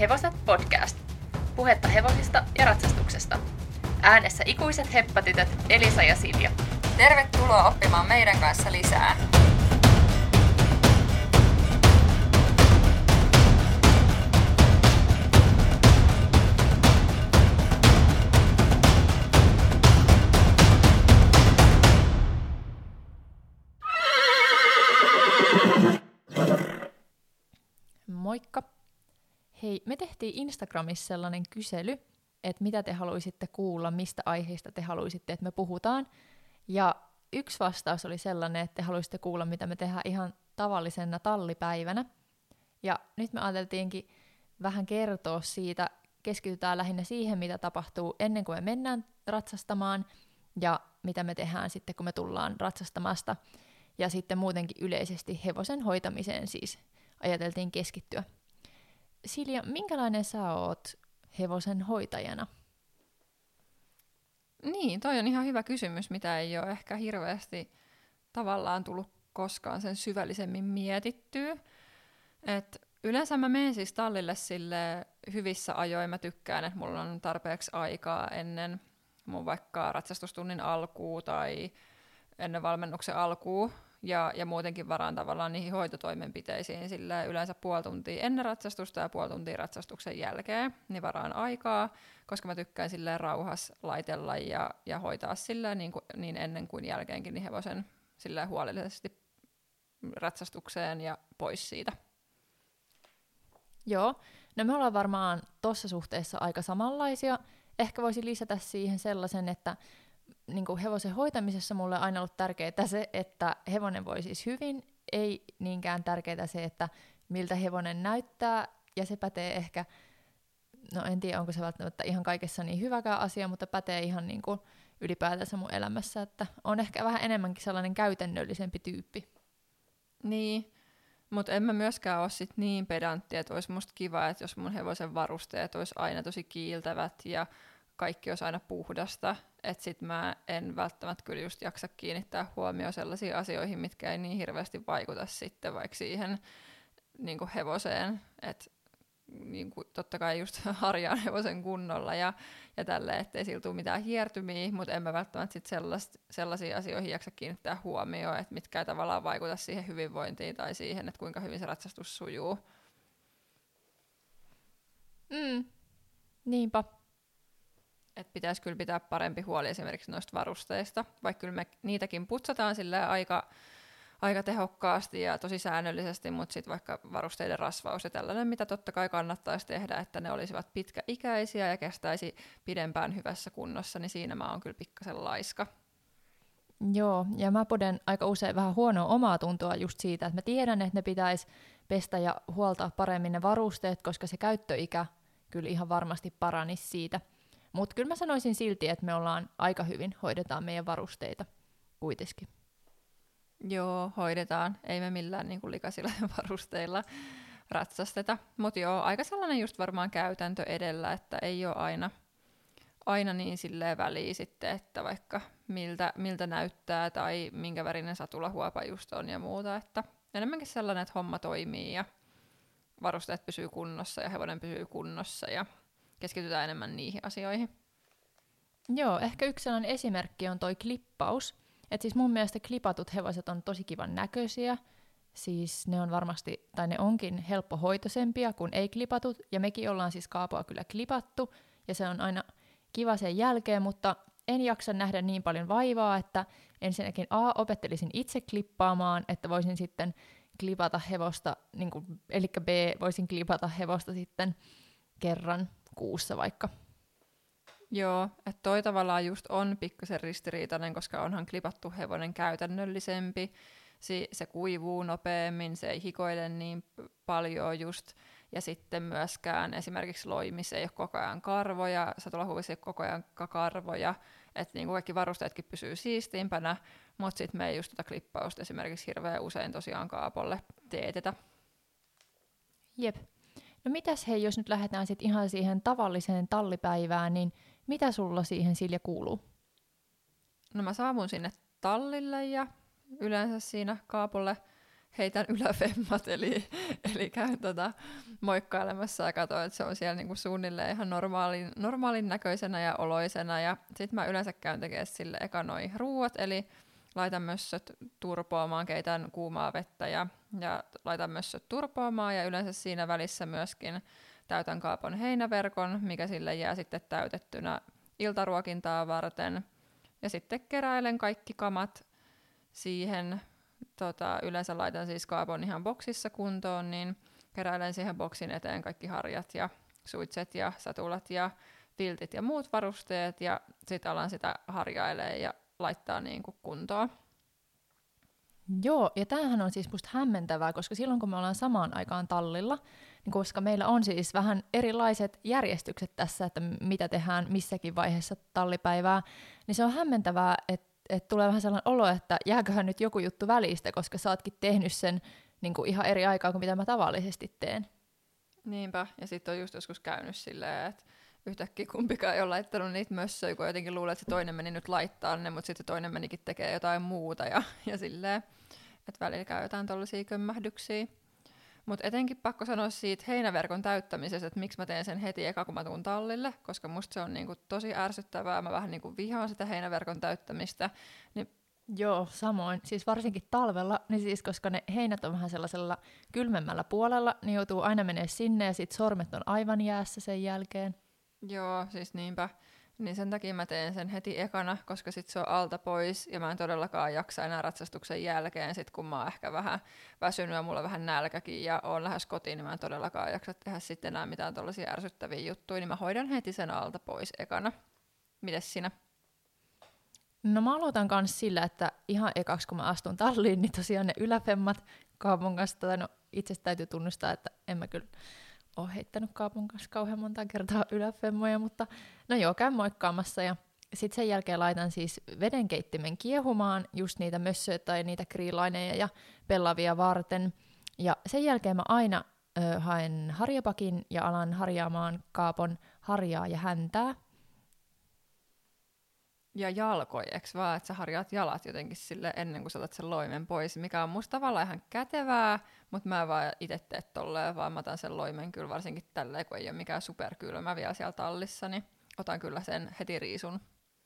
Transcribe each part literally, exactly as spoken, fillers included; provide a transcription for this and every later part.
Hevoset podcast. Puhetta hevosista ja ratsastuksesta. Äänessä ikuiset heppatytöt Elisa ja Silja. Tervetuloa oppimaan meidän kanssa lisää. Moikka! Hei, me tehtiin Instagramissa sellainen kysely, että mitä te haluaisitte kuulla, mistä aiheista te haluaisitte, että me puhutaan. Ja yksi vastaus oli sellainen, että te haluaisitte kuulla, mitä me tehdään ihan tavallisena tallipäivänä. Ja nyt me ajateltiinkin vähän kertoa siitä, keskitytään lähinnä siihen, mitä tapahtuu ennen kuin me mennään ratsastamaan, ja mitä me tehdään sitten, kun me tullaan ratsastamasta. Ja sitten muutenkin yleisesti hevosen hoitamiseen siis ajateltiin keskittyä. Silja, minkälainen sä oot hevosen hoitajana? Niin, toi on ihan hyvä kysymys, mitä ei ole ehkä hirveästi tavallaan tullut koskaan sen syvällisemmin mietittyä. Et yleensä mä menen siis tallille sille hyvissä ajoin. Mä tykkään, että mulla on tarpeeksi aikaa ennen mun vaikka ratsastustunnin alkuun tai ennen valmennuksen alkuun. Ja, ja muutenkin varaan tavallaan niihin hoitotoimenpiteisiin sille yleensä puoli tuntia ennen ratsastusta ja puoli tuntia ratsastuksen jälkeen, niin varaan aikaa, koska mä tykkään silleen rauhassa laitella ja, ja hoitaa silleen niin, kuin, niin ennen kuin jälkeenkin niin hevosen silleen huolellisesti ratsastukseen ja pois siitä. Joo, no me ollaan varmaan tuossa suhteessa aika samanlaisia. Ehkä voisin lisätä siihen sellaisen, että niin kuin hevosen hoitamisessa mulle on aina ollut tärkeää se, että hevonen voi siis hyvin, ei niinkään tärkeää se, että miltä hevonen näyttää, ja se pätee ehkä, no en tiedä onko se välttämättä ihan kaikessa niin hyväkään asia, mutta pätee ihan niin kuin ylipäätänsä mun elämässä, että on ehkä vähän enemmänkin sellainen käytännöllisempi tyyppi. Niin, mutta en mä myöskään ole sit niin pedantti, että olisi musta kiva, että jos mun hevosen varusteet olisi aina tosi kiiltävät ja kaikki olisi aina puhdasta, että sit mä en välttämättä kyllä just jaksa kiinnittää huomioon sellaisiin asioihin, mitkä ei niin hirveästi vaikuta sitten vaikka siihen niin kuin hevoseen, että niin kuin totta kai just harjaan hevosen kunnolla ja, ja tälleen, ettei sillä tule mitään hiertymiä, mutta en mä välttämättä sit sellaisiin asioihin jaksa kiinnittää huomioon, että mitkä ei tavallaan vaikuta siihen hyvinvointiin tai siihen, että kuinka hyvin se ratsastus sujuu. Mm. Niinpä. Että pitäisi kyllä pitää parempi huoli esimerkiksi noista varusteista, vaikka kyllä me niitäkin putsataan silleen aika, aika tehokkaasti ja tosi säännöllisesti, mutta sitten vaikka varusteiden rasvaus ja tällainen, mitä totta kai kannattaisi tehdä, että ne olisivat pitkäikäisiä ja kestäisi pidempään hyvässä kunnossa, niin siinä mä oon kyllä pikkasen laiska. Joo, ja mä poden aika usein vähän huonoa omaa tuntoa just siitä, että mä tiedän, että ne pitäisi pestä ja huoltaa paremmin ne varusteet, koska se käyttöikä kyllä ihan varmasti paranisi siitä. Mutta kyllä mä sanoisin silti, että me ollaan aika hyvin, hoidetaan meidän varusteita kuitenkin. Joo, hoidetaan. Ei me millään niin kuin likaisilla varusteilla ratsasteta. Mutta joo, aika sellainen just varmaan käytäntö edellä, että ei ole aina, aina niin silleen väliä sitten, että vaikka miltä, miltä näyttää tai minkä värinen satulahuopa just on ja muuta. Että enemmänkin sellainen, että homma toimii ja varusteet pysyy kunnossa ja hevonen pysyy kunnossa ja keskitytään enemmän niihin asioihin. Joo, ehkä yksi sellainen esimerkki on toi klippaus. Et siis mun mielestä klipatut hevoset on tosi kivan näköisiä. Siis ne on varmasti, tai ne onkin helppohoitoisempia kuin ei klipatut. Ja mekin ollaan siis Kaapoa kyllä klipattu. Ja se on aina kiva sen jälkeen, mutta en jaksa nähdä niin paljon vaivaa, että ensinnäkin A, opettelisin itse klippaamaan, että voisin sitten klipata hevosta, niin kuin, eli B, voisin klipata hevosta sitten kerran kuussa vaikka. Joo, että toi tavallaan just on pikkasen ristiriitainen, koska onhan klipattu hevonen käytännöllisempi, se, se kuivuu nopeammin, se ei hikoile niin paljon just, ja sitten myöskään esimerkiksi loimissa ei ole koko ajan karvoja, satulahuuvissa ei ole koko ajan karvoja, että niin kaikki varusteetkin pysyy siistiimpänä, mutta sitten me ei just tota klippausta esimerkiksi hirveän usein tosiaan Kaapolle teetetä. Jep. No mitäs hei, jos nyt lähdetään sitten ihan siihen tavalliseen tallipäivään, niin mitä sulla siihen Silja kuuluu? No mä saavun sinne tallille ja yleensä siinä Kaapolle heitän yläfemmat, eli, eli käyn tota moikkailemassa ja katsoin, että se on siellä niinku suunnilleen ihan normaalin, normaalin näköisenä ja oloisena. Ja sitten mä yleensä käyn tekemään sille eka noi ruuat, eli laitan mössöt turpoamaan, keitän kuumaa vettä ja, ja laitan mössöt turpoamaan ja yleensä siinä välissä myöskin täytän kaapon heinäverkon, mikä sille jää sitten täytettynä iltaruokintaa varten. Ja sitten keräilen kaikki kamat siihen. Tota, yleensä laitan siis kaapon ihan boksissa kuntoon, niin keräilen siihen boksin eteen kaikki harjat ja suitset ja satulat ja viltit ja muut varusteet. Ja sitten alan sitä harjailee ja laittaa niin kuin kuntoon. Joo, ja tämähän on siis musta hämmentävää, koska silloin kun me ollaan samaan aikaan tallilla, niin koska meillä on siis vähän erilaiset järjestykset tässä, että mitä tehdään missäkin vaiheessa tallipäivää, niin se on hämmentävää, että, että tulee vähän sellainen olo, että jääköhän nyt joku juttu välistä, koska sä ootkin tehnyt sen niin kuin ihan eri aikaa kuin mitä mä tavallisesti teen. Niinpä, ja sitten on just joskus käynyt silleen, että yhtäkkiä kumpikaan ei ole laittanut niitä mössöjä, kun jotenkin luulee, että se toinen meni nyt laittaa ne, mutta sitten se toinen menikin tekee jotain muuta ja, ja silleen, että välillä käy jotain tollaisia kömmähdyksiä. Mutta etenkin pakko sanoa siitä heinäverkon täyttämisestä, että miksi mä teen sen heti eka, kun mä tuun tallille, koska musta se on niinku tosi ärsyttävää, mä vähän niinku vihaan sitä heinäverkon täyttämistä. Niin Joo, samoin. Siis varsinkin talvella, niin siis koska ne heinät on vähän sellaisella kylmemmällä puolella, niin joutuu aina menee sinne ja sit sormet on aivan jäässä sen jälkeen. Joo, siis niinpä. Niin sen takia mä teen sen heti ekana, koska sit se on alta pois ja mä en todellakaan jaksa enää ratsastuksen jälkeen, sit kun mä oon ehkä vähän väsynyt ja mulla on vähän nälkäkin ja oon lähes kotiin, niin mä en todellakaan jaksa tehdä sitten enää mitään tollaisia ärsyttäviä juttuja, niin mä hoidan heti sen alta pois ekana. Mites sinä? No mä aloitan kanssa sillä, että ihan ekaksi kun mä astun talliin, niin tosiaan ne yläfemmat kaapon kanssa, tai no itse täytyy tunnustaa, että en mä kyllä ole heittänyt kaapon kanssa kauhean monta kertaa yläfemmoja, mutta no joo, käyn moikkaamassa ja sitten sen jälkeen laitan siis vedenkeittimen kiehumaan just niitä mössöjä tai niitä kriilaineja ja pellavia varten. Ja sen jälkeen mä aina ö, haen harjapakin ja alan harjaamaan kaapon harjaa ja häntää. Ja jalkoja, eks vaan, että sä harjaat jalat jotenkin sille ennen kuin sä otat sen loimen pois, mikä on musta tavallaan ihan kätevää, mutta mä en vaan itse tee tolleen, vaan mä otan sen loimen kyllä varsinkin tälleen, kun ei ole mikään superkylmä vielä siellä tallissa, niin otan kyllä sen heti riisun.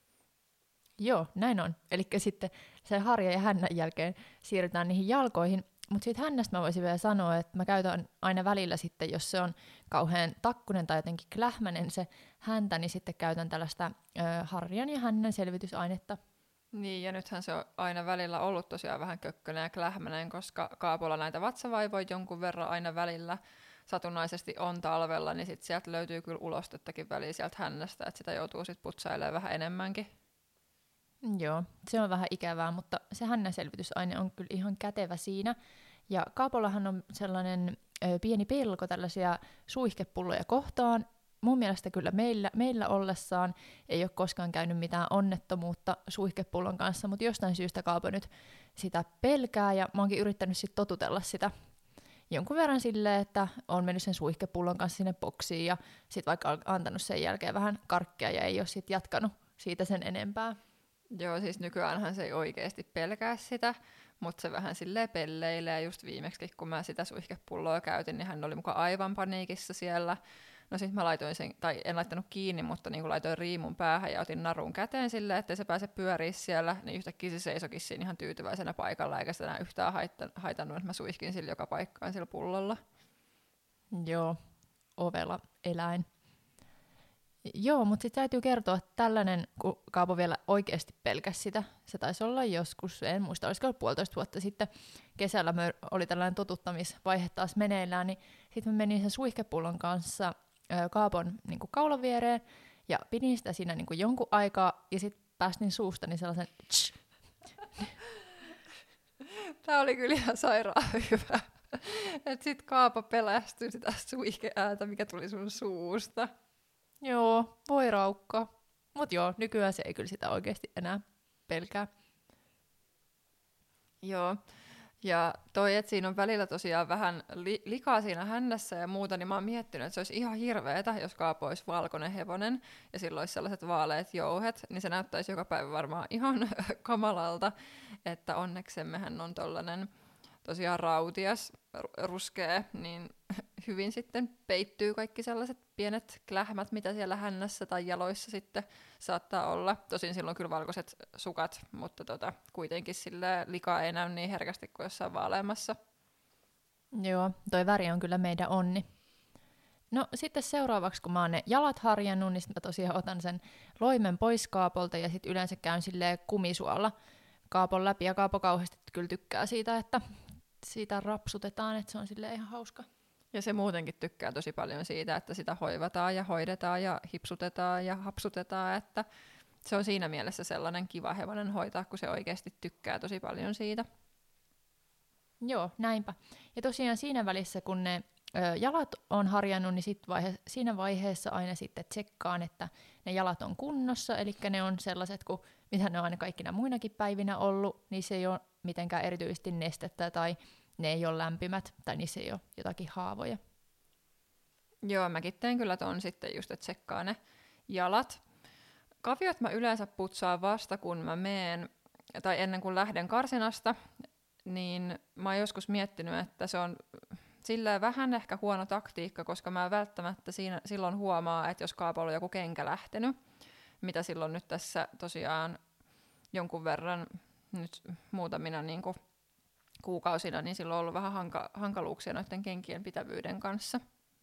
Joo, näin on. Eli sitten sen harja ja hännän jälkeen siirrytään niihin jalkoihin. Mutta siitä hännästä mä voisin vielä sanoa, että mä käytän aina välillä sitten, jos se on kauhean takkunen tai jotenkin klähmänen se häntä, niin sitten käytän tällaista ö, harjan ja hännän selvitysainetta. Niin, ja nythän se on aina välillä ollut tosiaan vähän kökkönen ja klähmänen, koska kaapolla näitä vatsavaivoja jonkun verran aina välillä satunnaisesti on talvella, niin sitten sieltä löytyy kyllä ulostettakin väliä sieltä hännästä, että sitä joutuu sitten putsailemaan vähän enemmänkin. Joo, se on vähän ikävää, mutta se hännänselvitysaine on kyllä ihan kätevä siinä. Ja Kaapollahan on sellainen ö, pieni pelko tällaisia suihkepulloja kohtaan. Mun mielestä kyllä meillä, meillä ollessaan ei ole koskaan käynyt mitään onnettomuutta suihkepullon kanssa, mutta jostain syystä Kaapo nyt sitä pelkää ja mä oonkin yrittänyt sit totutella sitä jonkun verran silleen, että on mennyt sen suihkepullon kanssa sinne boksiin ja sit vaikka antanut sen jälkeen vähän karkkia ja ei ole sit jatkanut siitä sen enempää. Joo, siis nykyäänhän se ei oikeasti pelkää sitä, mutta se vähän silleen pelleilee. Just viimeksi, kun mä sitä suihkepulloa käytin, niin hän oli muka aivan paniikissa siellä. No sit mä laitoin sen, tai en laittanut kiinni, mutta niin laitoin riimun päähän ja otin narun käteen silleen, ettei se pääse pyöriä siellä. Niin yhtäkkiä se seisokin siinä ihan tyytyväisenä paikalla, eikä sitä enää yhtään haitannut, että mä suihkin sillä joka paikkaan sillä pullolla. Joo, ovela eläin. Joo, mutta sitten täytyy kertoa, että tällainen, kun Kaapo vielä oikeasti pelkäsi sitä, se taisi olla joskus, en muista, olisiko ollut puolitoista vuotta sitten, kesällä me oli tällainen totuttamisvaihe taas meneillään, niin sitten mä menin sen suihkepullon kanssa ö, Kaapon niin kuin kaulan viereen, ja pidin sitä siinä niin kuin jonkun aikaa, ja sitten päästin suustani sellaisen tsch. Tää oli kyllä ihan sairaan hyvä. Että sit Kaapo pelästyi sitä suihkeääntä, mikä tuli sun suusta. Joo, voi raukka. Mut joo, nykyään se ei kyllä sitä oikeasti enää pelkää. Joo, ja toi, että siinä on välillä tosiaan vähän li- likaa siinä hännässä ja muuta, niin mä oon miettinyt, että se olisi ihan hirveetä, jos Kaapo olisi valkoinen hevonen ja sillä olisi sellaiset vaaleat jouhet, niin se näyttäisi joka päivä varmaan ihan kamalalta, että onneksemmehän on tollanen tosiaan rautias, ruskea, niin hyvin sitten peittyy kaikki sellaiset pienet klähmät, mitä siellä hännässä tai jaloissa sitten saattaa olla. Tosin silloin kyllä valkoiset sukat, mutta tota, kuitenkin sillä likaa ei näy niin herkästi kuin jossain vaaleammassa. Joo, toi väri on kyllä meidän onni. No sitten seuraavaksi, kun mä oon ne jalat harjannut, niin sitten mä tosiaan otan sen loimen pois kaapolta ja sitten yleensä käyn silleen kumisuolla kaapon läpi. Ja kaapo kauheasti kyllä tykkää siitä, että siitä rapsutetaan, että se on silleen ihan hauska. Ja se muutenkin tykkää tosi paljon siitä, että sitä hoivataan ja hoidetaan ja hipsutetaan ja hapsutetaan, että se on siinä mielessä sellainen kiva hevonen hoitaa, kun se oikeasti tykkää tosi paljon siitä. Joo, näinpä. Ja tosiaan siinä välissä, kun ne ö, jalat on harjannut, niin sit vaihe, siinä vaiheessa aina sitten tsekkaan, että ne jalat on kunnossa, eli ne on sellaiset, kuin mitä ne on aina kaikkina muinakin päivinä ollut, niin se ei ole mitenkään erityisesti nestettä tai ne ei ole lämpimät tai niissä ei ole jotakin haavoja. Joo, mäkin teen kyllä ton sitten just, että tsekkaa ne jalat. Kaviot mä yleensä putsaan vasta, kun mä meen, tai ennen kuin lähden karsinasta, niin mä oon joskus miettinyt, että se on silleen vähän ehkä huono taktiikka, koska mä välttämättä siinä, silloin huomaa, että jos kaapolla on joku kenkä lähtenyt, mitä silloin nyt tässä tosiaan jonkun verran, nyt muutamina niin kuin kuukausina, niin silloin on ollut vähän hanka- hankaluuksia noiden kenkien pitävyyden kanssa.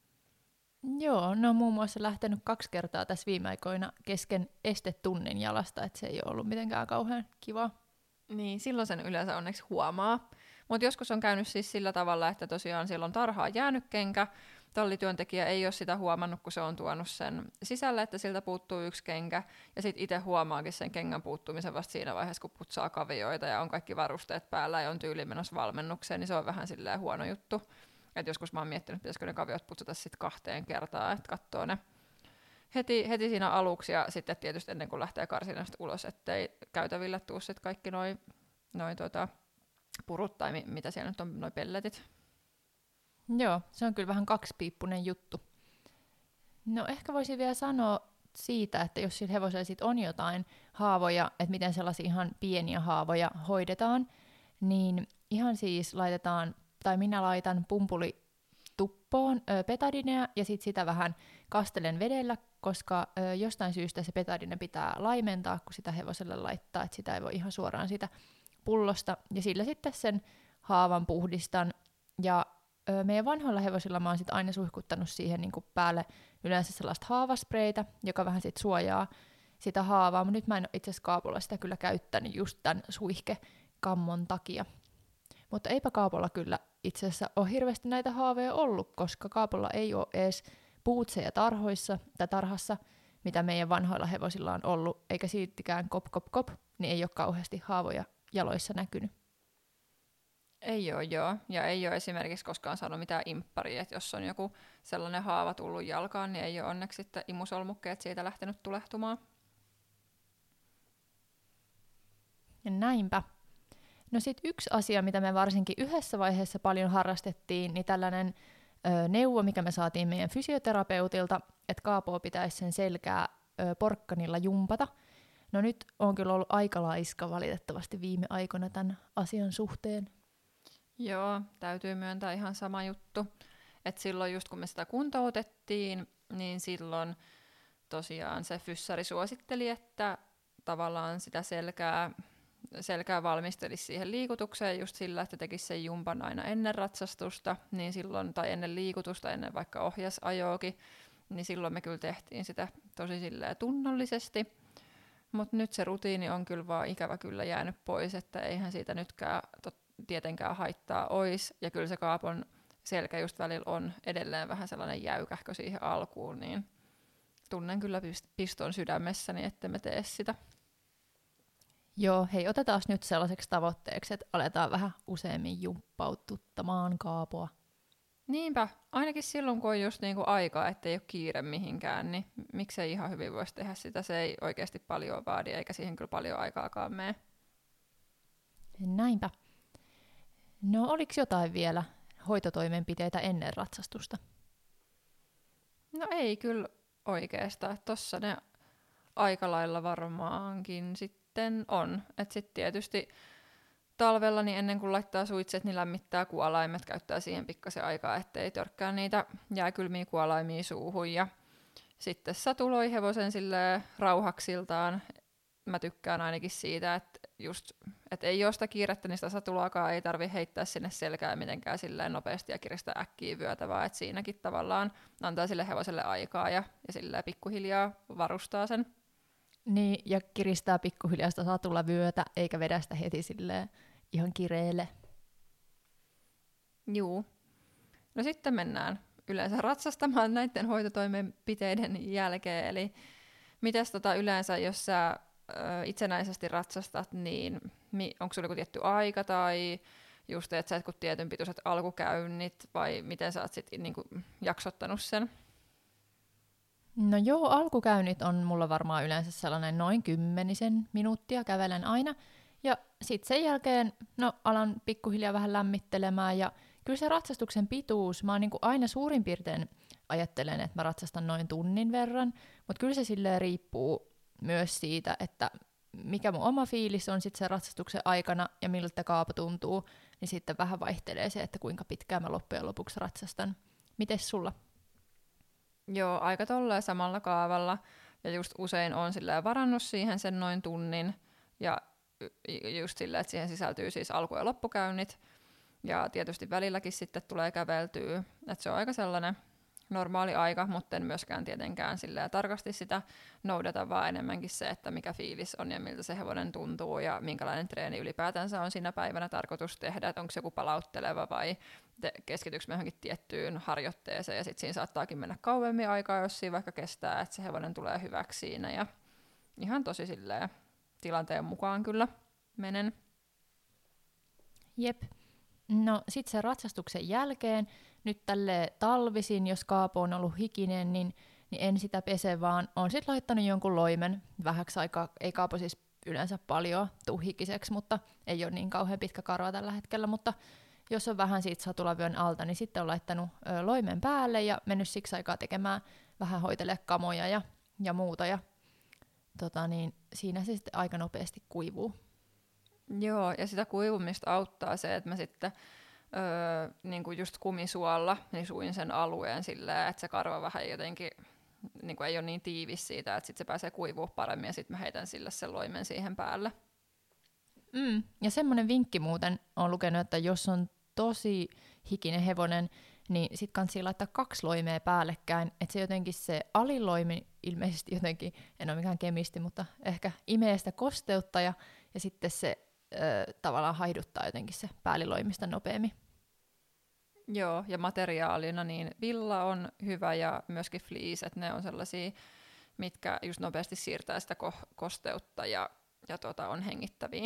Joo, no muun muassa lähtenyt kaksi kertaa tässä viime aikoina kesken estetunnin jalasta, että se ei ole ollut mitenkään kauhean kivaa. Niin, silloin sen yleensä onneksi huomaa. Mutta joskus on käynyt siis sillä tavalla, että tosiaan siellä on tarhaan jäänyt kenkä, tallityöntekijä ei ole sitä huomannut, kun se on tuonut sen sisälle, että siltä puuttuu yksi kenkä, ja sitten itse huomaakin sen kengän puuttumisen vasta siinä vaiheessa, kun putsaa kavioita ja on kaikki varusteet päällä ja on tyyli menossa valmennukseen, niin se on vähän silleen huono juttu. Et joskus mä oon miettinyt, että pitäisikö ne kaviot putsata sitten kahteen kertaan, että katsoo ne heti, heti siinä aluksi ja sitten tietysti ennen kuin lähtee karsinasta ulos, ettei käytäville tuu sitten kaikki noi, noi tota, purut tai mi- mitä siellä nyt on, noi pelletit. Joo, se on kyllä vähän kaksipiippunen juttu. No ehkä voisin vielä sanoa siitä, että jos sillä hevosella sit on jotain haavoja, että miten sellaisia ihan pieniä haavoja hoidetaan, niin ihan siis laitetaan, tai minä laitan pumpulituppoon ö, petadinea ja sitten sitä vähän kastelen vedellä, koska ö, jostain syystä se petadine pitää laimentaa, kun sitä hevoselle laittaa, että sitä ei voi ihan suoraan sitä pullosta, ja sillä sitten sen haavan puhdistan, ja ö, meidän vanhoilla hevosilla mä oon sit aina suihkuttanut siihen niin kuin päälle yleensä sellaista haavaspreitä, joka vähän sit suojaa sitä haavaa, mutta nyt mä en ole itse asiassa kaapolla sitä kyllä käyttänyt just tämän suihkekammon takia. Mutta eipä kaapolla kyllä itse asiassa ole hirveästi näitä haaveja ollut, koska kaapolla ei ole edes puutseja tarhoissa tai tarhassa, mitä meidän vanhoilla hevosilla on ollut, eikä siitikään kop kop kop, niin ei ole kauheasti haavoja jaloissa näkynyt. Ei ole, joo. Ja ei ole esimerkiksi koskaan saanut mitään impparia, että jos on joku sellainen haava tullut jalkaan, niin ei ole onneksi sitten imusolmukkeet siitä lähtenyt tulehtumaan. Ja näinpä. No sit yksi asia, mitä me varsinkin yhdessä vaiheessa paljon harrastettiin, niin tällainen ö, neuvo, mikä me saatiin meidän fysioterapeutilta, että kaapoa pitäisi sen selkää ö, porkkanilla jumpata. No nyt on kyllä ollut aika laiska valitettavasti viime aikoina tämän asian suhteen. Joo, täytyy myöntää ihan sama juttu. Että silloin just kun me sitä kuntoutettiin, niin silloin tosiaan se fyssari suositteli, että tavallaan sitä selkää, selkää valmistelisi siihen liikutukseen just sillä, että tekisi sen jumpan aina ennen ratsastusta, niin silloin, tai ennen liikutusta, ennen vaikka ohjasajoakin, niin silloin me kyllä tehtiin sitä tosi silleen tunnollisesti. Mutta nyt se rutiini on kyllä vaan ikävä kyllä jäänyt pois, että eihän siitä nytkään tot, tietenkään haittaa ois. Ja kyllä se kaapon selkä just välillä on edelleen vähän sellainen jäykähkö siihen alkuun, niin tunnen kyllä piston sydämessäni, että me tee sitä. Joo, hei, otetaan nyt sellaiseksi tavoitteeksi, että aletaan vähän useammin jumppaututtamaan kaapoa. Niinpä, ainakin silloin kun on just niinku aikaa, ettei ole kiire mihinkään, niin miksei ihan hyvin voisi tehdä sitä. Se ei oikeasti paljon vaadi, eikä siihen kyllä paljon aikaakaan mene. Näinpä. No oliko jotain vielä hoitotoimenpiteitä ennen ratsastusta? No ei kyllä oikeastaan. Tossa ne aika lailla varmaankin sitten on. Että sitten tietysti talvella niin ennen kuin laittaa suitset, niin lämmittää kuolaimet, käyttää siihen pikkasen aikaa, ettei törkkää niitä jääkylmiä kuolaimia suuhun. Ja sitten satuloi hevosen silleen rauhaksiltaan. Mä tykkään ainakin siitä, että just, et ei ole sitä kiirettä, niin sitä satulaakaan ei tarvi heittää sinne selkään mitenkään silleen nopeasti ja kiristää äkkiä vyötä, vaan että siinäkin tavallaan antaa sille hevoselle aikaa ja, ja silleen pikkuhiljaa varustaa sen. Niin, ja kiristää pikkuhiljaa sitä satulavyötä, eikä vedä sitä heti silleen ihan kireelle. Juu. No sitten mennään yleensä ratsastamaan näiden hoitotoimenpiteiden jälkeen, eli mitäs tota yleensä, jos sä ö, itsenäisesti ratsastat, niin mi- onko sulla joku tietty aika tai just, että sä et kun tietyn pituiset alkukäynnit, vai miten sä oot sit niinku jaksottanut sen? No joo, alkukäynnit on mulla varmaan yleensä sellainen noin kymmenisen minuuttia, kävelen aina. Ja sitten sen jälkeen no, alan pikkuhiljaa vähän lämmittelemään. Ja kyllä se ratsastuksen pituus, mä oon niinku aina suurin piirtein ajattelen, että mä ratsastan noin tunnin verran. Mutta kyllä se silleen riippuu myös siitä, että mikä mun oma fiilis on sitten sen ratsastuksen aikana ja miltä kaapo tuntuu. Niin sitten vähän vaihtelee se, että kuinka pitkään mä loppujen lopuksi ratsastan. Mites sulla? Joo, aika tolleen samalla kaavalla. Ja just usein on silleen varannut siihen sen noin tunnin. Ja just silleen, että siihen sisältyy siis alku- ja loppukäynnit. Ja tietysti välilläkin sitten tulee käveltyä. Että se on aika sellainen normaali aika, mutta en myöskään tietenkään silleen tarkasti sitä noudata, vaan enemmänkin se, että mikä fiilis on ja miltä se hevonen tuntuu ja minkälainen treeni ylipäätänsä on siinä päivänä tarkoitus tehdä, että onko se joku palautteleva vai keskityks me johonkin tiettyyn harjoitteeseen ja sitten siinä saattaakin mennä kauemmin aikaa, jos siinä vaikka kestää, että se hevonen tulee hyväksi siinä ja ihan tosi silleen tilanteen mukaan kyllä menen. Jep. No sit sen ratsastuksen jälkeen, nyt tälle talvisin, jos kaapo on ollut hikinen, niin, niin en sitä pese, vaan on sit laittanut jonkun loimen vähäksi aikaa. Ei kaapo siis yleensä paljon tuu hikiseksi, mutta ei ole niin kauhean pitkä karva tällä hetkellä, mutta jos on vähän siitä satulavyön alta, niin sitten on laittanut ö, loimen päälle ja mennyt siksi aikaa tekemään vähän hoitele kamoja ja, ja muuta. Ja, tota niin, siinä se sitten aika nopeasti kuivuu. Joo, ja sitä kuivumista auttaa se, että mä sitten öö, niin kuin just kumisuolla niin suin sen alueen silleen, että se karva vähän jotenkin niin kuin ei ole niin tiivis siitä, että sit se pääsee kuivua paremmin ja sitten mä heitän sille sen loimen siihen päälle. Mm. Ja semmoinen vinkki muuten on lukenut, että jos on tosi hikinen hevonen, niin sit kannattaa laittaa kaksi loimea päällekkäin, että se jotenkin se aliloimi ilmeisesti jotenkin, en ole mikään kemisti, mutta ehkä imee sitä kosteutta ja, ja sitten se ö, tavallaan haiduttaa jotenkin se päälliloimista nopeammin. Joo, ja materiaalina niin villa on hyvä ja myöskin fleece, että ne on sellaisia, mitkä just nopeasti siirtää sitä ko- kosteutta ja, ja tota, on hengittäviä.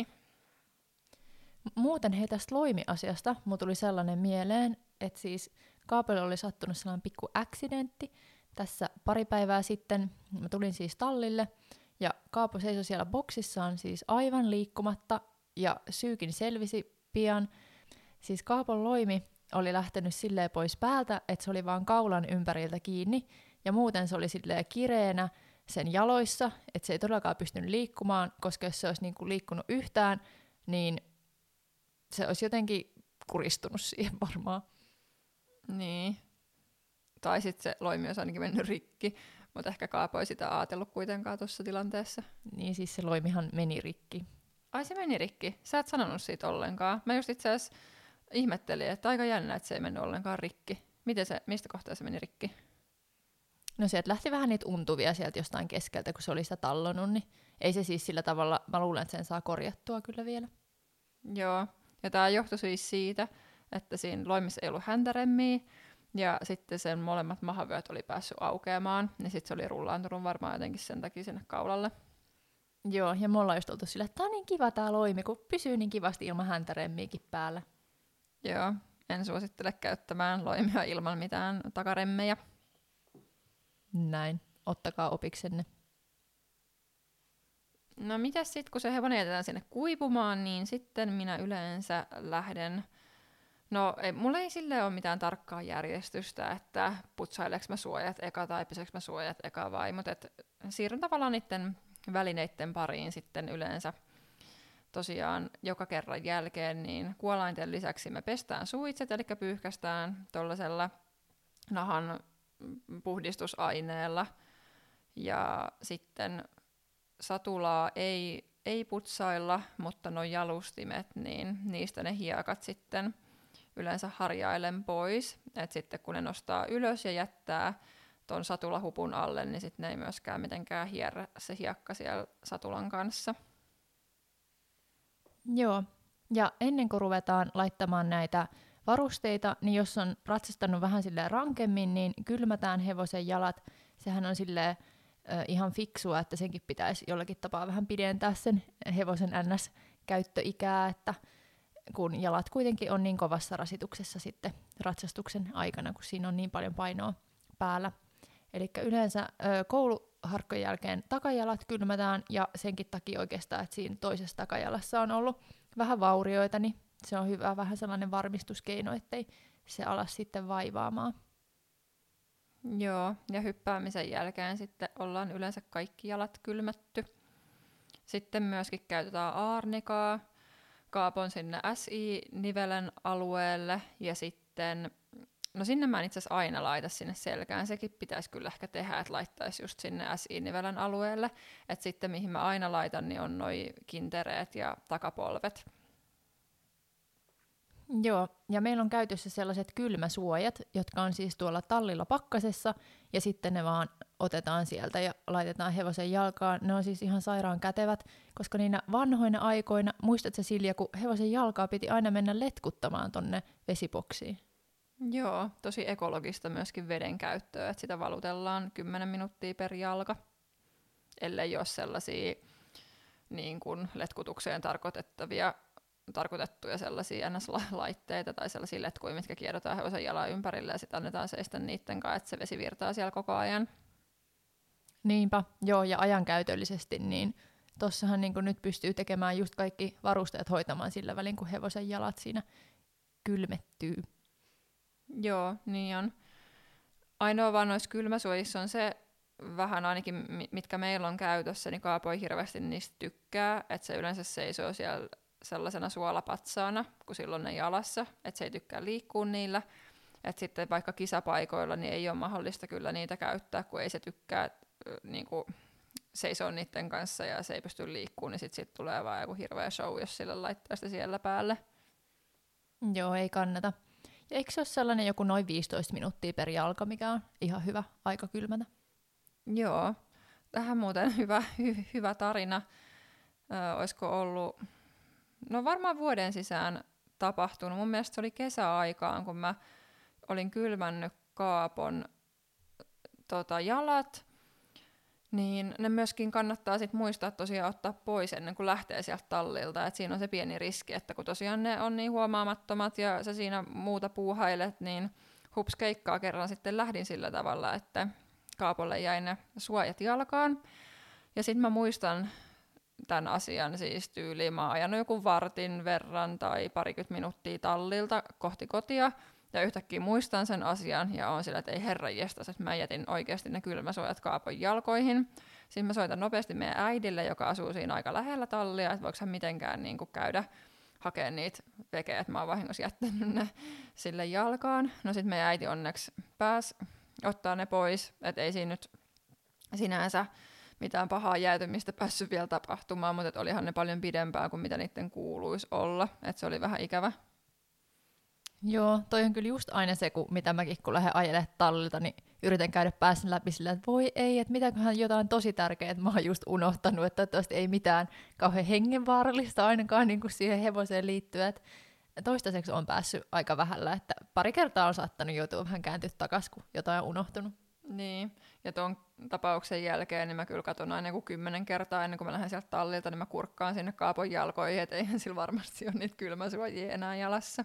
Muuten hei tästä loimiasiasta, mulla tuli sellainen mieleen, että siis Kaapolle oli sattunut sellainen pikku accidentti tässä pari päivää sitten. Mä tulin siis tallille ja Kaapo seisoi siellä boksissaan siis aivan liikkumatta ja syykin selvisi pian. Siis Kaapon loimi oli lähtenyt silleen pois päältä, että se oli vaan kaulan ympäriltä kiinni ja muuten se oli silleen kireenä sen jaloissa, että se ei todellakaan pystynyt liikkumaan, koska jos se olisi niinku liikkunut yhtään, niin se olisi jotenkin kuristunut siihen varmaan. Niin. Tai sitten se loimi olisi ainakin mennyt rikki, mutta ehkä Kaapo ei sitä ajatellut kuitenkaan tuossa tilanteessa. Niin siis se loimihan meni rikki. Ai se meni rikki? Sä et sanonut siitä ollenkaan. Mä just itse asiassa ihmettelin, että aika jännä, että se ei mennyt ollenkaan rikki. Miten se, mistä kohtaa se meni rikki? No sieltä lähti vähän niitä untuvia sieltä jostain keskeltä, kun se oli sitä tallonut, niin ei se siis sillä tavalla, mä luulen, että sen saa korjattua kyllä vielä. Joo, ja tää johtui siis siitä, että siinä loimissa ei ollut häntäremmiä, ja sitten sen molemmat mahavyöt oli päässyt aukeamaan, niin sitten se oli rullaantunut varmaan jotenkin sen takia sinne kaulalle. Joo, ja me ollaan just oltu sillä, että tää on niin kiva tää loimi, kun pysyy niin kivasti ilman häntäremmiäkin päällä. Joo, en suosittele käyttämään loimia ilman mitään takaremmejä. Näin, ottakaa opiksenne. No mitäs sitten, kun se hevonen jätetään sinne kuivumaan, niin sitten minä yleensä lähden. No ei, mulla ei silleen ole mitään tarkkaa järjestystä, että putsaileeko mä suojat eka tai peseekö mä suojat eka vai, mutta et siirryn tavallaan niiden välineiden pariin sitten yleensä tosiaan joka kerran jälkeen niin kuolainten lisäksi me pestään suitset, eli pyyhkästään tuollaisella nahan puhdistusaineella. Ja sitten satulaa ei, ei putsailla, mutta nuo jalustimet, niin niistä ne hiekat sitten yleensä harjailen pois. Et sitten kun ne nostaa ylös ja jättää ton satulahupun alle, niin sitten ne ei myöskään mitenkään hierrä se hiekka siellä satulan kanssa. Joo, ja ennen kuin ruvetaan laittamaan näitä varusteita, niin jos on ratsastanut vähän silleen rankemmin, niin kylmätään hevosen jalat. Sehän on silleen ö, ihan fiksua, että senkin pitäisi jollakin tapaa vähän pidentää sen hevosen ns-käyttöikää, että kun jalat kuitenkin on niin kovassa rasituksessa sitten ratsastuksen aikana, kun siinä on niin paljon painoa päällä. Eli yleensä ö, kouluharkkojen jälkeen takajalat kylmätään, ja senkin takia oikeastaan, että siinä toisessa takajalassa on ollut vähän vaurioita, niin se on hyvä vähän sellainen varmistuskeino, ettei se ala sitten vaivaamaan. Joo, ja hyppäämisen jälkeen sitten ollaan yleensä kaikki jalat kylmätty. Sitten myöskin käytetään aarnikaa, kaapon sinne S I-nivelen alueelle, ja sitten, no sinne mä en itse asiassa aina laita sinne selkään, sekin pitäisi kyllä ehkä tehdä, että laittaisi just sinne S I-nivelen alueelle, että sitten mihin mä aina laitan, niin on noi kintereet ja takapolvet. Joo, ja meillä on käytössä sellaiset kylmäsuojat, jotka on siis tuolla tallilla pakkasessa, ja sitten ne vaan otetaan sieltä ja laitetaan hevosen jalkaan. Ne on siis ihan sairaan kätevät, koska niinä vanhoina aikoina, muistatko Silja, kun hevosen jalkaa piti aina mennä letkuttamaan tonne vesiboksiin? Joo, tosi ekologista myöskin veden käyttöä, että sitä valutellaan kymmenen minuuttia per jalka, ellei ole sellaisia niin kuin letkutukseen tarkoitettavia tarkoitettuja sellaisia N S-laitteita tai sellaisia letkuja, mitkä kierrotaan hevosen jalan ympärille ja sitten annetaan seistä niiden kanssa, että se vesi virtaa siellä koko ajan. Niinpä, joo, ja ajankäytöllisesti, niin tossahan niin nyt pystyy tekemään just kaikki varusteet hoitamaan sillä välin, kun hevosen jalat siinä kylmettyy. Joo, niin on. Ainoa vaan noissa kylmäsuojissa on se, vähän ainakin mitkä meillä on käytössä, niin Kaapo ei hirveästi niistä tykkää, että se yleensä seisoo siellä sellaisena suolapatsaana, kun silloin ne jalassa, että se ei tykkää liikkua niillä. Että sitten vaikka kisapaikoilla niin ei ole mahdollista kyllä niitä käyttää, kun ei se tykkää niin kuin seisoo niiden kanssa ja se ei pysty liikkumaan, niin sitten sit tulee vaan joku hirveä show, jos sille laittaa sitä siellä päälle. Joo, ei kannata. Ja eikö se ole sellainen joku noin viisitoista minuuttia per jalka, mikä on ihan hyvä aika kylmätä? Joo, tähän muuten hyvä, hy, hyvä tarina. Ö, olisiko ollut, no varmaan vuoden sisään tapahtunut. Mun mielestä se oli kesäaikaan, kun mä olin kylmännyt Kaapon tota, jalat, niin ne myöskin kannattaa sit muistaa tosiaan ottaa pois ennen kuin lähtee sieltä tallilta. Et siinä on se pieni riski, että kun tosiaan ne on niin huomaamattomat ja sä siinä muuta puuhailet, niin hups keikkaa kerran sitten lähdin sillä tavalla, että Kaapolle jäi ne suojat jalkaan. Ja sitten mä muistan tämän asian siis tyyliin. Mä oon ajanut joku vartin verran tai parikymmentä minuuttia tallilta kohti kotia. Ja yhtäkkiä muistan sen asian ja on sillä, että ei herranjestas, että mä jätin oikeasti ne kylmäsuojat Kaapon jalkoihin. Sitten mä soitan nopeasti meidän äidille, joka asuu siinä aika lähellä tallia, että voiko hän mitenkään niin kuin käydä hakemaan niitä vekejä, että mä oon vahingossa jättänyt ne sille jalkaan. No sitten meidän äiti onneksi pääsi ottaa ne pois, että ei siinä nyt sinänsä mitään pahaa jäätymistä päässyt vielä tapahtumaan, mutta olihan ne paljon pidempää kuin mitä niiden kuuluisi olla, että se oli vähän ikävä. Joo, toi on kyllä just aina se, kun mitä mäkin kun lähden ajelemaan tallilta, niin yritän käydä päässä läpi sillä, että voi ei, että mitäköhän jotain tosi tärkeää, että mä oon just unohtanut, että toivottavasti ei mitään kauhean hengenvaarallista ainakaan niin kuin siihen hevoseen liittyen. Toistaiseksi on päässyt aika vähällä, että pari kertaa on saattanut joutua vähän kääntyä takaisin, kun jotain on unohtunut. Niin, ja tuon tapauksen jälkeen niin mä kyllä katson aina joku kymmenen kertaa ennen kuin mä lähden sieltä tallilta, niin mä kurkkaan sinne Kaapon jalkoihin, että eihän sillä varmasti ole niitä kylmäsuojia enää jalassa.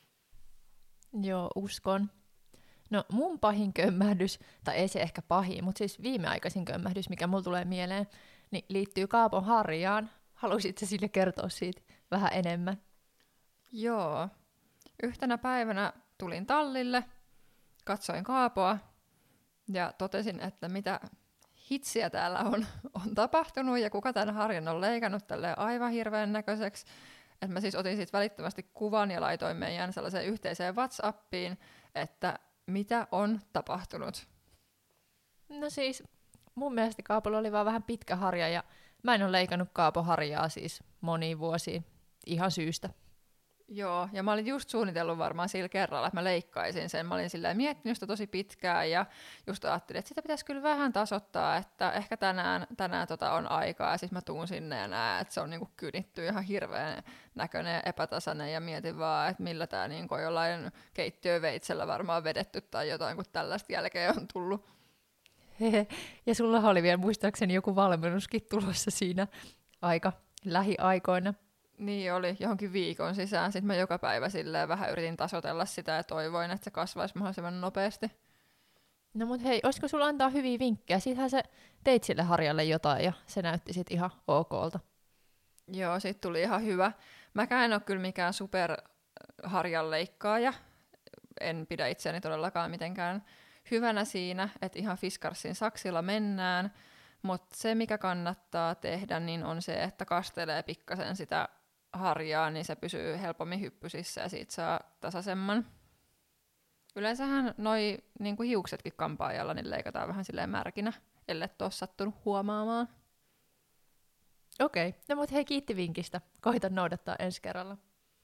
Joo, uskon. No mun pahin kömmähdys, tai ei se ehkä pahin, mutta siis viimeaikaisin kömmähdys, mikä mulla tulee mieleen, niin liittyy Kaapon harjaan. Haluaisitko sille kertoa siitä vähän enemmän? Joo. Yhtenä päivänä tulin tallille, katsoin Kaapoa ja totesin, että mitä hitsiä täällä on, on tapahtunut ja kuka tämän harjan on leikannut tälleen aivan hirveän näköiseksi. Et mä siis otin siitä välittömästi kuvan ja laitoin meidän sellaiseen yhteiseen WhatsAppiin, että mitä on tapahtunut. No siis mun mielestä Kaapolla oli vaan vähän pitkä harja ja mä en ole leikannut Kaapo harjaa siis moniin vuosiin ihan syystä. Joo, ja mä olin just suunnitellut varmaan sillä kerralla, että mä leikkaisin sen. Mä olin silleen miettinyt sitä tosi pitkään ja just ajattelin, että sitä pitäisi kyllä vähän tasoittaa, että ehkä tänään, tänään tota on aikaa ja sitten mä tuun sinne ja näen, että se on niinku kynitty ihan hirveän näköinen ja epätasainen ja mietin vaan, että millä tää niinku jollain keittiöveitsellä varmaan vedetty tai jotain, kun tällaista jälkeen on tullut. Ja sulla oli vielä muistaakseni joku valmennuskin tulossa siinä aika lähiaikoina. Niin oli, johonkin viikon sisään. Sitten mä joka päivä silleen vähän yritin tasoitella sitä ja toivoin, että se kasvaisi mahdollisimman nopeasti. No mut hei, olisiko sulla antaa hyviä vinkkejä? Siitähän sä teit sille harjalle jotain ja se näytti sit ihan okolta. Joo, siitä tuli ihan hyvä. Mäkään en ole kyllä mikään superharjanleikkaaja. En pidä itseäni todellakaan mitenkään hyvänä siinä, että ihan Fiskarsin saksilla mennään. Mutta se, mikä kannattaa tehdä, niin on se, että kastelee pikkasen sitä harjaa, niin se pysyy helpommin hyppysissä ja siitä saa tasaisemman. Yleensähän noi niinku hiuksetkin kampaajalla niin leikataan vähän silleen märkinä, ellei ole sattunut huomaamaan. Okei, okay. No mut hei, kiitti vinkistä. Koitan noudattaa ensi kerralla.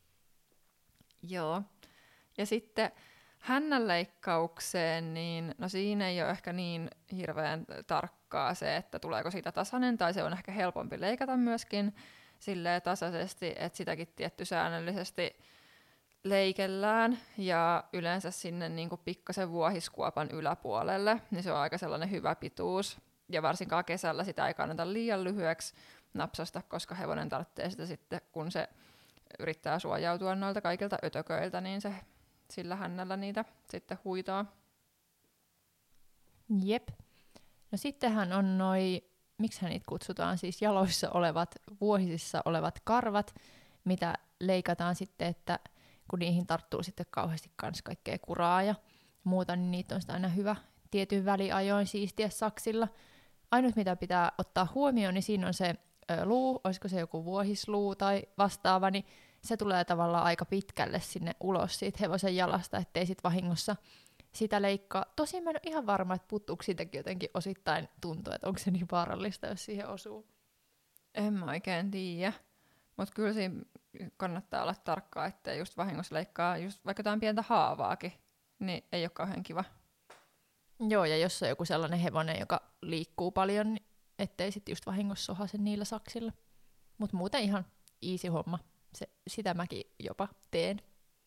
Joo. Ja sitten hännänleikkaukseen, niin no siinä ei ole ehkä niin hirveän tarkkaa se, että tuleeko siitä tasainen, tai se on ehkä helpompi leikata myöskin silleen tasaisesti, että sitäkin tietty säännöllisesti leikellään, ja yleensä sinne niin kuin pikkasen vuohiskuopan yläpuolelle, niin se on aika sellainen hyvä pituus, ja varsinkaan kesällä sitä ei kannata liian lyhyeksi napsasta, koska hevonen tarvitsee sitä sitten, kun se yrittää suojautua noilta kaikilta ötököiltä, niin se sillä hännällä niitä sitten huitaa. Jep. No sittenhän on noi, miksi niitä kutsutaan, siis jaloissa olevat, vuohisissa olevat karvat, mitä leikataan sitten, että kun niihin tarttuu sitten kauheasti kans kaikkea kuraa ja muuta, niin niitä on sitä aina hyvä tietyn väliajoin siistiä saksilla. Ainut mitä pitää ottaa huomioon, niin siinä on se ö, luu, olisiko se joku vuohisluu tai vastaava, niin se tulee tavallaan aika pitkälle sinne ulos siitä hevosen jalasta, ettei sit vahingossa sitä leikkaa. Tosin mä en ole ihan varma, että puuttuuko siitäkin jotenkin osittain tuntuu, että onko se niin vaarallista, jos siihen osuu. En mä oikein tiedä, mutta kyllä siinä kannattaa olla tarkkaa, ettei just vahingossa leikkaa just vaikka jotain pientä haavaakin, niin ei ole kauhean kiva. Joo, ja jos on joku sellainen hevonen, joka liikkuu paljon, niin ettei sitten just vahingossa sohase niillä saksilla. Mutta muuten ihan easy homma. Se, sitä mäkin jopa teen.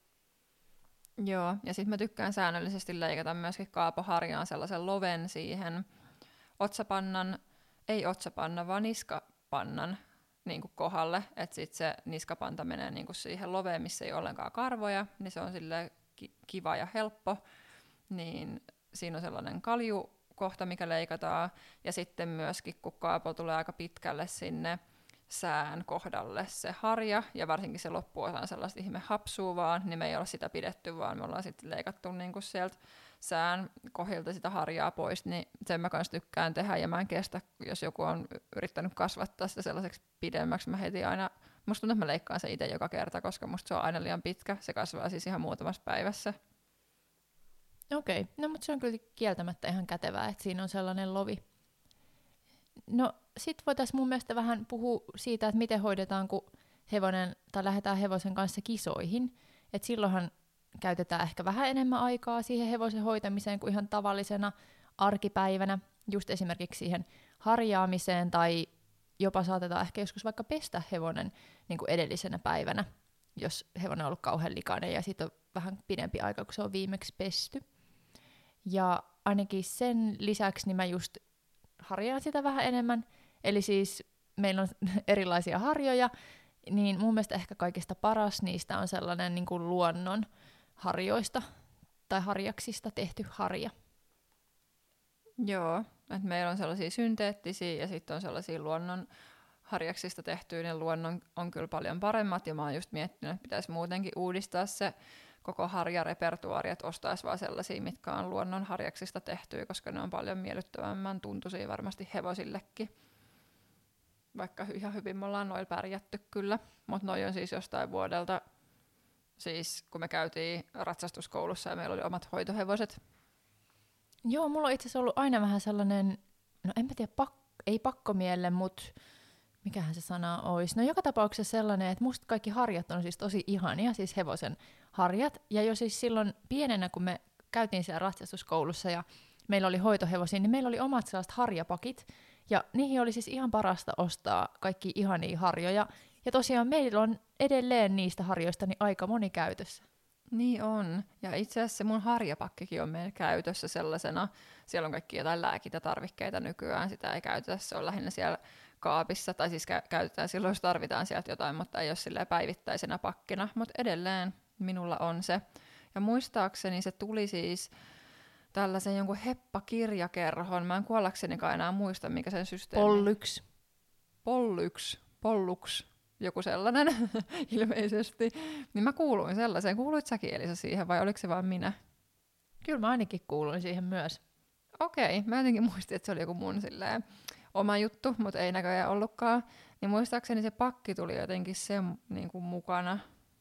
Joo, ja sitten mä tykkään säännöllisesti leikata myöskin kaapoharjaan sellaisen loven siihen otsapannan, ei otsapanna, vaan niskapannan niin kuin kohdalle, että sitten se niskapanta menee niin kuin siihen loveen, missä ei ole ollenkaan karvoja, niin se on silleen ki- kiva ja helppo, niin siinä on sellainen kaljukohta, mikä leikataan, ja sitten myöskin, kun kaapo tulee aika pitkälle sinne sään kohdalle se harja, ja varsinkin se loppuosa on sellaista ihme hapsua vaan, niin me ei ole sitä pidetty, vaan me ollaan sitten leikattu niinku sieltä sään kohdilta sitä harjaa pois, niin sen mä kanssa tykkään tehdä, ja mä en kestä, jos joku on yrittänyt kasvattaa sitä sellaiseksi pidemmäksi, mä heti aina, musta tuntuu, että mä leikkaan se itse joka kerta, koska musta se on aina liian pitkä, se kasvaa siis ihan muutamassa päivässä. Okei, okay. No mutta se on kyllä kieltämättä ihan kätevää, että siinä on sellainen lovi. No sit voitaisiin mun mielestä vähän puhua siitä, että miten hoidetaan, kun hevonen, tai lähdetään hevosen kanssa kisoihin. Et silloinhan käytetään ehkä vähän enemmän aikaa siihen hevosen hoitamiseen kuin ihan tavallisena arkipäivänä, just esimerkiksi siihen harjaamiseen, tai jopa saatetaan ehkä joskus vaikka pestä hevonen niin kuin edellisenä päivänä, jos hevonen on ollut kauhean likainen ja sitten on vähän pidempi aika, kun se on viimeksi pesty. Ja ainakin sen lisäksi niin mä just harjaan sitä vähän enemmän, eli siis meillä on erilaisia harjoja, niin mun mielestä ehkä kaikista paras niistä on sellainen niin kuin luonnon harjoista tai harjaksista tehty harja. Joo, että meillä on sellaisia synteettisiä ja sitten on sellaisia luonnon harjaksista tehtyjä, ne luonnon on kyllä paljon paremmat, ja mä oon just miettinyt, että pitäisi muutenkin uudistaa se koko harjarepertuaari, että ostaisi vaan sellaisia, mitkä on luonnon harjaksista tehtyä, koska ne on paljon miellyttävämmän tuntuisia varmasti hevosillekin. Vaikka ihan hyvin me ollaan noilla pärjätty kyllä, mutta noi on siis jostain vuodelta, siis kun me käytiin ratsastuskoulussa ja meillä oli omat hoitohevoset. Joo, mulla on itse asiassa ollut aina vähän sellainen, no en mä tiedä, pak, ei pakkomielle, mutta mikähän se sana olisi. No joka tapauksessa sellainen, että musta kaikki harjat on siis tosi ihania, siis hevosen harjat. Ja jo siis silloin pienenä, kun me käytiin siellä ratsastuskoulussa ja meillä oli hoitohevosia, niin meillä oli omat sellaiset harjapakit. Ja niihin oli siis ihan parasta ostaa kaikki ihania harjoja. Ja tosiaan meillä on edelleen niistä harjoista niin aika moni käytössä. Niin on. Ja itse asiassa se mun harjapakkikin on meillä käytössä sellaisena. Siellä on kaikki jotain lääkintätarvikkeita nykyään. Sitä ei käytetä, se on lähinnä siellä kaapissa. Tai siis kä- käytetään silloin, jos tarvitaan sieltä jotain, mutta ei ole silleen päivittäisenä pakkina. Mutta edelleen minulla on se. Ja muistaakseni se tuli siis tällaisen jonkun heppakirjakerhon. Mä en kuollaksenikaan enää muista, mikä sen systeemi. Pollyks. Pollyks. Polluks. Joku sellainen ilmeisesti. Niin mä kuuluin sellaiseen. Kuuluit säkin Elisa siihen vai oliko se vaan minä? Kyllä mä ainakin kuuluin siihen myös. Okei, mä jotenkin muistin, että se oli joku mun silleen oma juttu, mutta ei näköjään ollutkaan. Niin muistaakseni se pakki tuli jotenkin sen niin kuin mukana.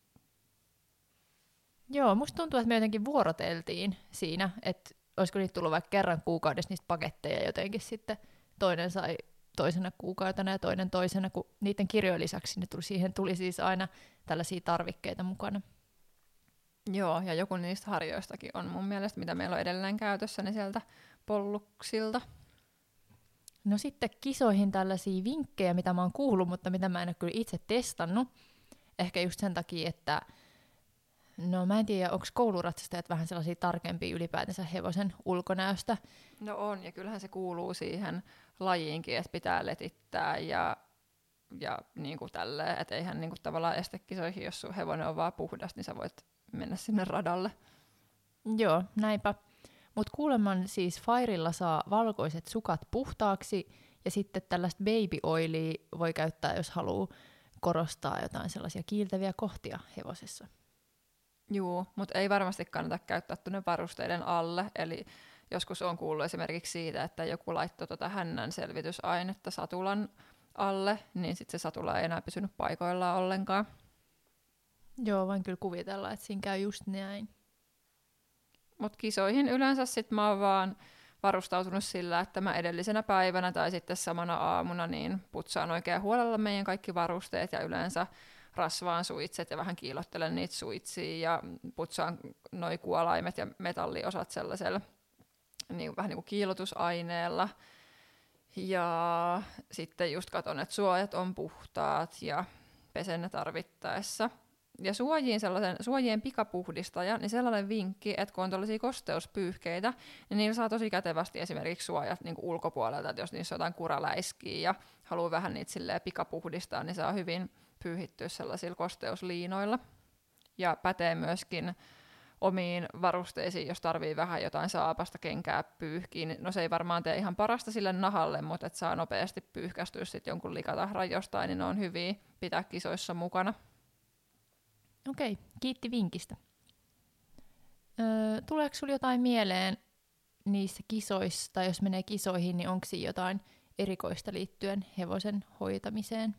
Joo, musta tuntuu, että me jotenkin vuoroteltiin siinä, että olisiko niitä tullut vaikka kerran kuukaudessa niistä paketteja jotenkin sitten toinen sai toisena kuukautena ja toinen toisena, kun niiden kirjojen lisäksi ne tuli, siihen tuli siis aina tällaisia tarvikkeita mukana. Joo, ja joku niistä harjoistakin on mun mielestä, mitä meillä on edelleen käytössä, niin sieltä polluksilta. No sitten kisoihin tällaisia vinkkejä, mitä mä oon kuullut, mutta mitä mä en ole kyllä itse testannut. Ehkä just sen takia, että no mä en tiedä, onko kouluratsastajat vähän sellaisia tarkempia ylipäätänsä hevosen ulkonäöstä. No on, ja kyllähän se kuuluu siihen lajiinkin, että pitää letittää ja, ja niin kuin tälleen, että eihän niin kuin tavallaan estekisoihin, jos sun hevonen on vaan puhdas, niin sä voit mennä sinne radalle. Joo, näinpä. Mutta kuulemma siis Fairilla saa valkoiset sukat puhtaaksi ja sitten tällaista baby oilia voi käyttää, jos haluaa korostaa jotain sellaisia kiiltäviä kohtia hevosessa. Joo, mutta ei varmasti kannata käyttää tuonne varusteiden alle. Eli joskus on kuullut esimerkiksi siitä, että joku laittoi tuota hännän selvitysainetta satulan alle, niin sitten se satula ei enää pysynyt paikoillaan ollenkaan. Joo, voin kyllä kuvitella, että siinä käy just näin. Mutta kisoihin yleensä sitten mä oon vaan varustautunut sillä, että mä edellisenä päivänä tai sitten samana aamuna niin putsaan oikein huolella meidän kaikki varusteet ja yleensä rasvaan suitset ja vähän kiilottelen niitä suitsia ja putsaan noi kuolaimet ja metalliosat sellaisella niin, vähän niin kuin kiilotusaineella. Ja sitten just katon, että suojat on puhtaat ja pesen ne tarvittaessa. Ja suojiin sellaisen, suojien pikapuhdistaja, niin sellainen vinkki, että kun on tällaisia kosteuspyyhkeitä, niin niillä saa tosi kätevästi esimerkiksi suojat niin kuin ulkopuolelta, että jos niissä on jotain kuraläiskiä ja haluaa vähän niitä silleen pikapuhdistaa, niin saa hyvin pyyhittyä sellaisilla kosteusliinoilla. Ja pätee myöskin omiin varusteisiin, jos tarvii vähän jotain saapasta kenkää pyyhkiin. No se ei varmaan tee ihan parasta sille nahalle, mutta et saa nopeasti pyyhkästyä sit jonkun likatahran jostain, niin ne on hyviä pitää kisoissa mukana. Okei, kiitti vinkistä. Öö, tuleeko sinulla jotain mieleen niissä kisoissa, tai jos menee kisoihin, niin onko siinä jotain erikoista liittyen hevosen hoitamiseen?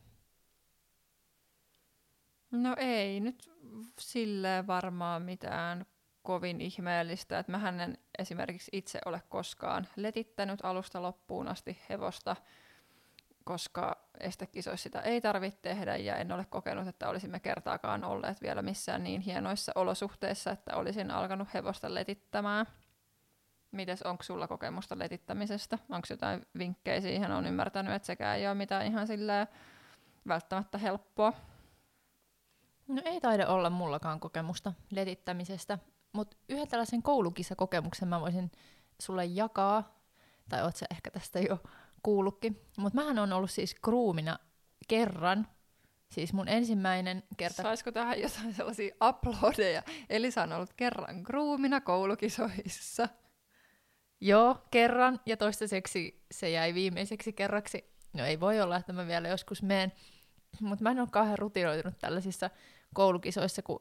No ei nyt silleen varmaan mitään kovin ihmeellistä, että mähän en esimerkiksi itse ole koskaan letittänyt alusta loppuun asti hevosta, koska estekisoissa sitä ei tarvitse tehdä ja en ole kokenut, että olisimme kertaakaan olleet vielä missään niin hienoissa olosuhteissa, että olisin alkanut hevosta letittämään. Mites, onko sulla kokemusta letittämisestä? Onko jotain vinkkejä siihen? Olen ymmärtänyt, että sekään ei ole mitään ihan silleen välttämättä helppoa. No ei taida olla mullakaan kokemusta letittämisestä, mutta yhden tällaisen koulukisakokemuksen mä voisin sulle jakaa, tai oot sä ehkä tästä jo kuullutkin, mutta mähän on ollut siis groomina kerran, siis mun ensimmäinen kerta. Saisiko tähän jotain sellaisia uploadeja? Elisa on ollut kerran groomina koulukisoissa. Joo, kerran, ja toistaiseksi se jäi viimeiseksi kerraksi. No ei voi olla, että mä vielä joskus menen, mutta mä en ole kauhean rutinoitunut tällaisissa koulukisoissa, kun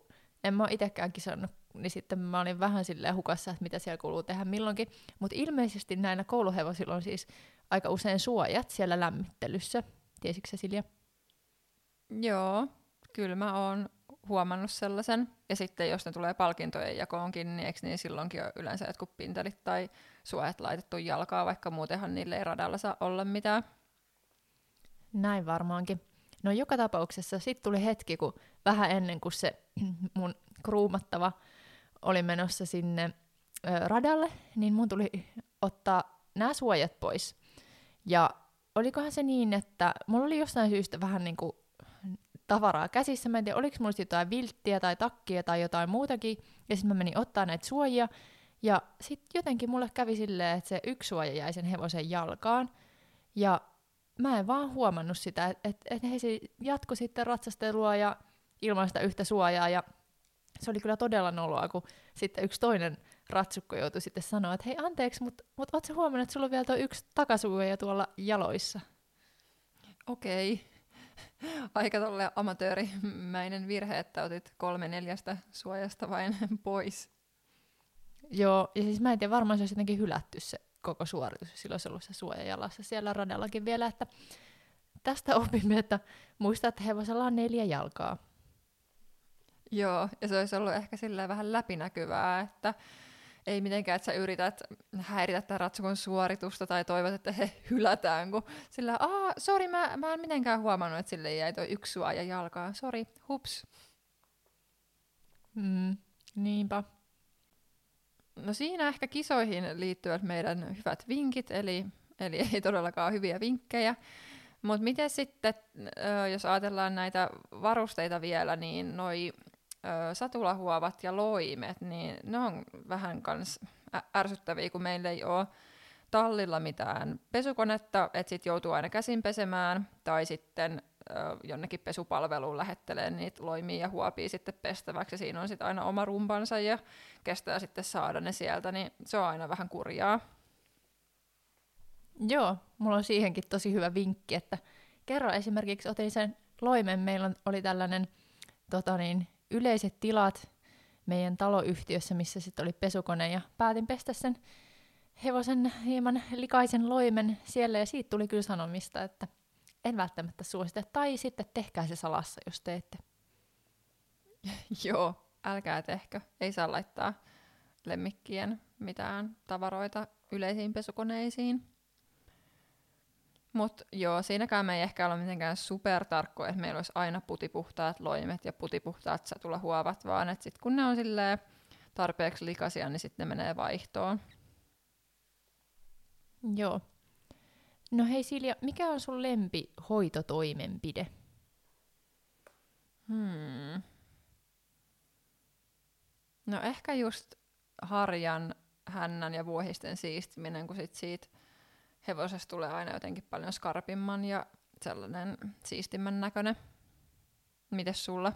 en mä ole itsekään kisannut, niin sitten mä olin vähän silleen hukassa, että mitä siellä kuuluu tehdä milloinkin. Mutta ilmeisesti näillä kouluhevosilla on siis aika usein suojat siellä lämmittelyssä. Tiesitkö sä, Silja? Joo, kyllä mä oon huomannut sellaisen. Ja sitten jos ne tulee palkintojen jakoonkin, niin eikö niin silloinkin ole yleensä jotkut pintelit tai suojat laitettu jalkaa, vaikka muutenhan niille ei radalla saa olla mitään. Näin varmaankin. No joka tapauksessa sitten tuli hetki, kun vähän ennen kuin se mun kruumattava oli menossa sinne ö, radalle, niin mun tuli ottaa nämä suojat pois. Ja olikohan se niin, että mulla oli jostain syystä vähän niin kuin tavaraa käsissä. Mä en tiedä, oliko mulla jotain vilttiä tai takkia tai jotain muutakin. Ja sitten mä menin ottaa näitä suojia. Ja sitten jotenkin mulle kävi silleen, että se yksi suoja jäi sen hevosen jalkaan. Ja mä en vaan huomannut sitä, että et, et he jatkoi sitten ratsastelua ja ilman sitä yhtä suojaa. Ja se oli kyllä todella noloa, kun sitten yksi toinen ratsukko joutui sitten sanoa, että hei anteeksi, mutta mut ootko sä huomannut, että sulla on vielä tuo yksi takasuoja tuolla jaloissa? Okei. Aika tolle amatöörimäinen virhe, että otit kolme neljästä suojasta vain pois. Joo, ja siis mä en tiedä, varmaan se olisi jotenkin hylätty se koko suoritus, jos sillä olisi ollut se suoja jalassa siellä radallakin vielä, että tästä opimme, että muista, että hevosella on neljä jalkaa. Joo, ja se olisi ollut ehkä silleen vähän läpinäkyvää, että ei mitenkään, että sä yrität häiritä tämän ratsukon suoritusta tai toivot, että he hylätään, kun sillä, aah, sori, mä, mä en mitenkään huomannut, että sille jäi toi yksi suoja jalkaan, sori, hups. Mm, niinpä. No siinä ehkä kisoihin liittyvät meidän hyvät vinkit, eli, eli ei todellakaan hyviä vinkkejä. Mutta miten sitten, jos ajatellaan näitä varusteita vielä, niin noi satulahuovat ja loimet, niin ne on vähän kans ärsyttäviä, kun meillä ei ole tallilla mitään pesukonetta, että sit joutuu aina käsin pesemään, tai sitten jonnekin pesupalveluun lähettelee niitä loimia ja huopia sitten pestäväksi, ja siinä on sitten aina oma rumpansa, ja kestää sitten saada ne sieltä, niin se on aina vähän kurjaa. Joo, mulla on siihenkin tosi hyvä vinkki, että kerran esimerkiksi otin sen loimen, meillä oli tällainen tota niin, yleiset tilat meidän taloyhtiössä, missä sitten oli pesukone, ja päätin pestä sen hevosen hieman likaisen loimen siellä, ja siitä tuli kyllä sanomista, että en välttämättä suosita, tai sitten tehkää se salassa, jos teette. Joo, älkää tehkö. Ei saa laittaa lemmikkien mitään tavaroita yleisiin pesukoneisiin. Mutta joo, siinäkään me ei ehkä ole mitenkään supertarkkoja, että meillä olisi aina putipuhtaat loimet ja putipuhtaat satulahuovat, vaan että sitten kun ne on silleen tarpeeksi likaisia, niin sitten ne menee vaihtoon. Joo. No hei Silja, mikä on sun lempihoitotoimenpide? Hmm. No ehkä just harjan, hännän ja vuohisten siistiminen, kun sit siitä hevosesta tulee aina jotenkin paljon skarpimman ja sellainen siistimmän näköinen. Mites sulla?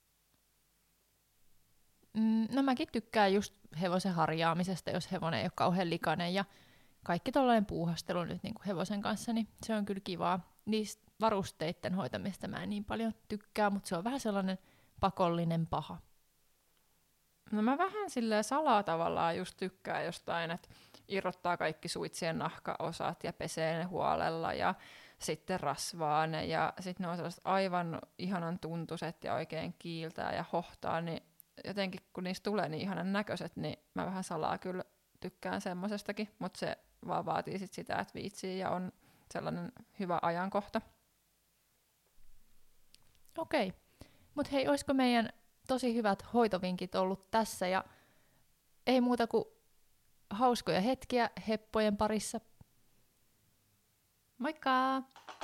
Mm, no mäkin tykkään just hevosen harjaamisesta, jos hevonen ei ole kauhean likainen ja kaikki tollainen puuhastelu nyt niin kuin hevosen kanssa, niin se on kyllä kivaa. Niistä varusteiden hoitamista mä en niin paljon tykkää, mutta se on vähän sellainen pakollinen paha. No mä vähän silleen salaa tavallaan just tykkään jostain, että irrottaa kaikki suitsien nahkaosat ja pesee ne huolella ja sitten rasvaa ne ja sitten ne on sellaiset aivan ihanan tuntuiset ja oikein kiiltää ja hohtaa, niin jotenkin kun niistä tulee niin ihanan näköiset, niin mä vähän salaa kyllä tykkään semmosestakin, mutta se vaan vaatii sit sitä, että viitsii ja on sellainen hyvä ajankohta. Okei, mutta hei, olisiko meidän tosi hyvät hoitovinkit ollut tässä ja ei muuta kuin hauskoja hetkiä heppojen parissa. Moikka!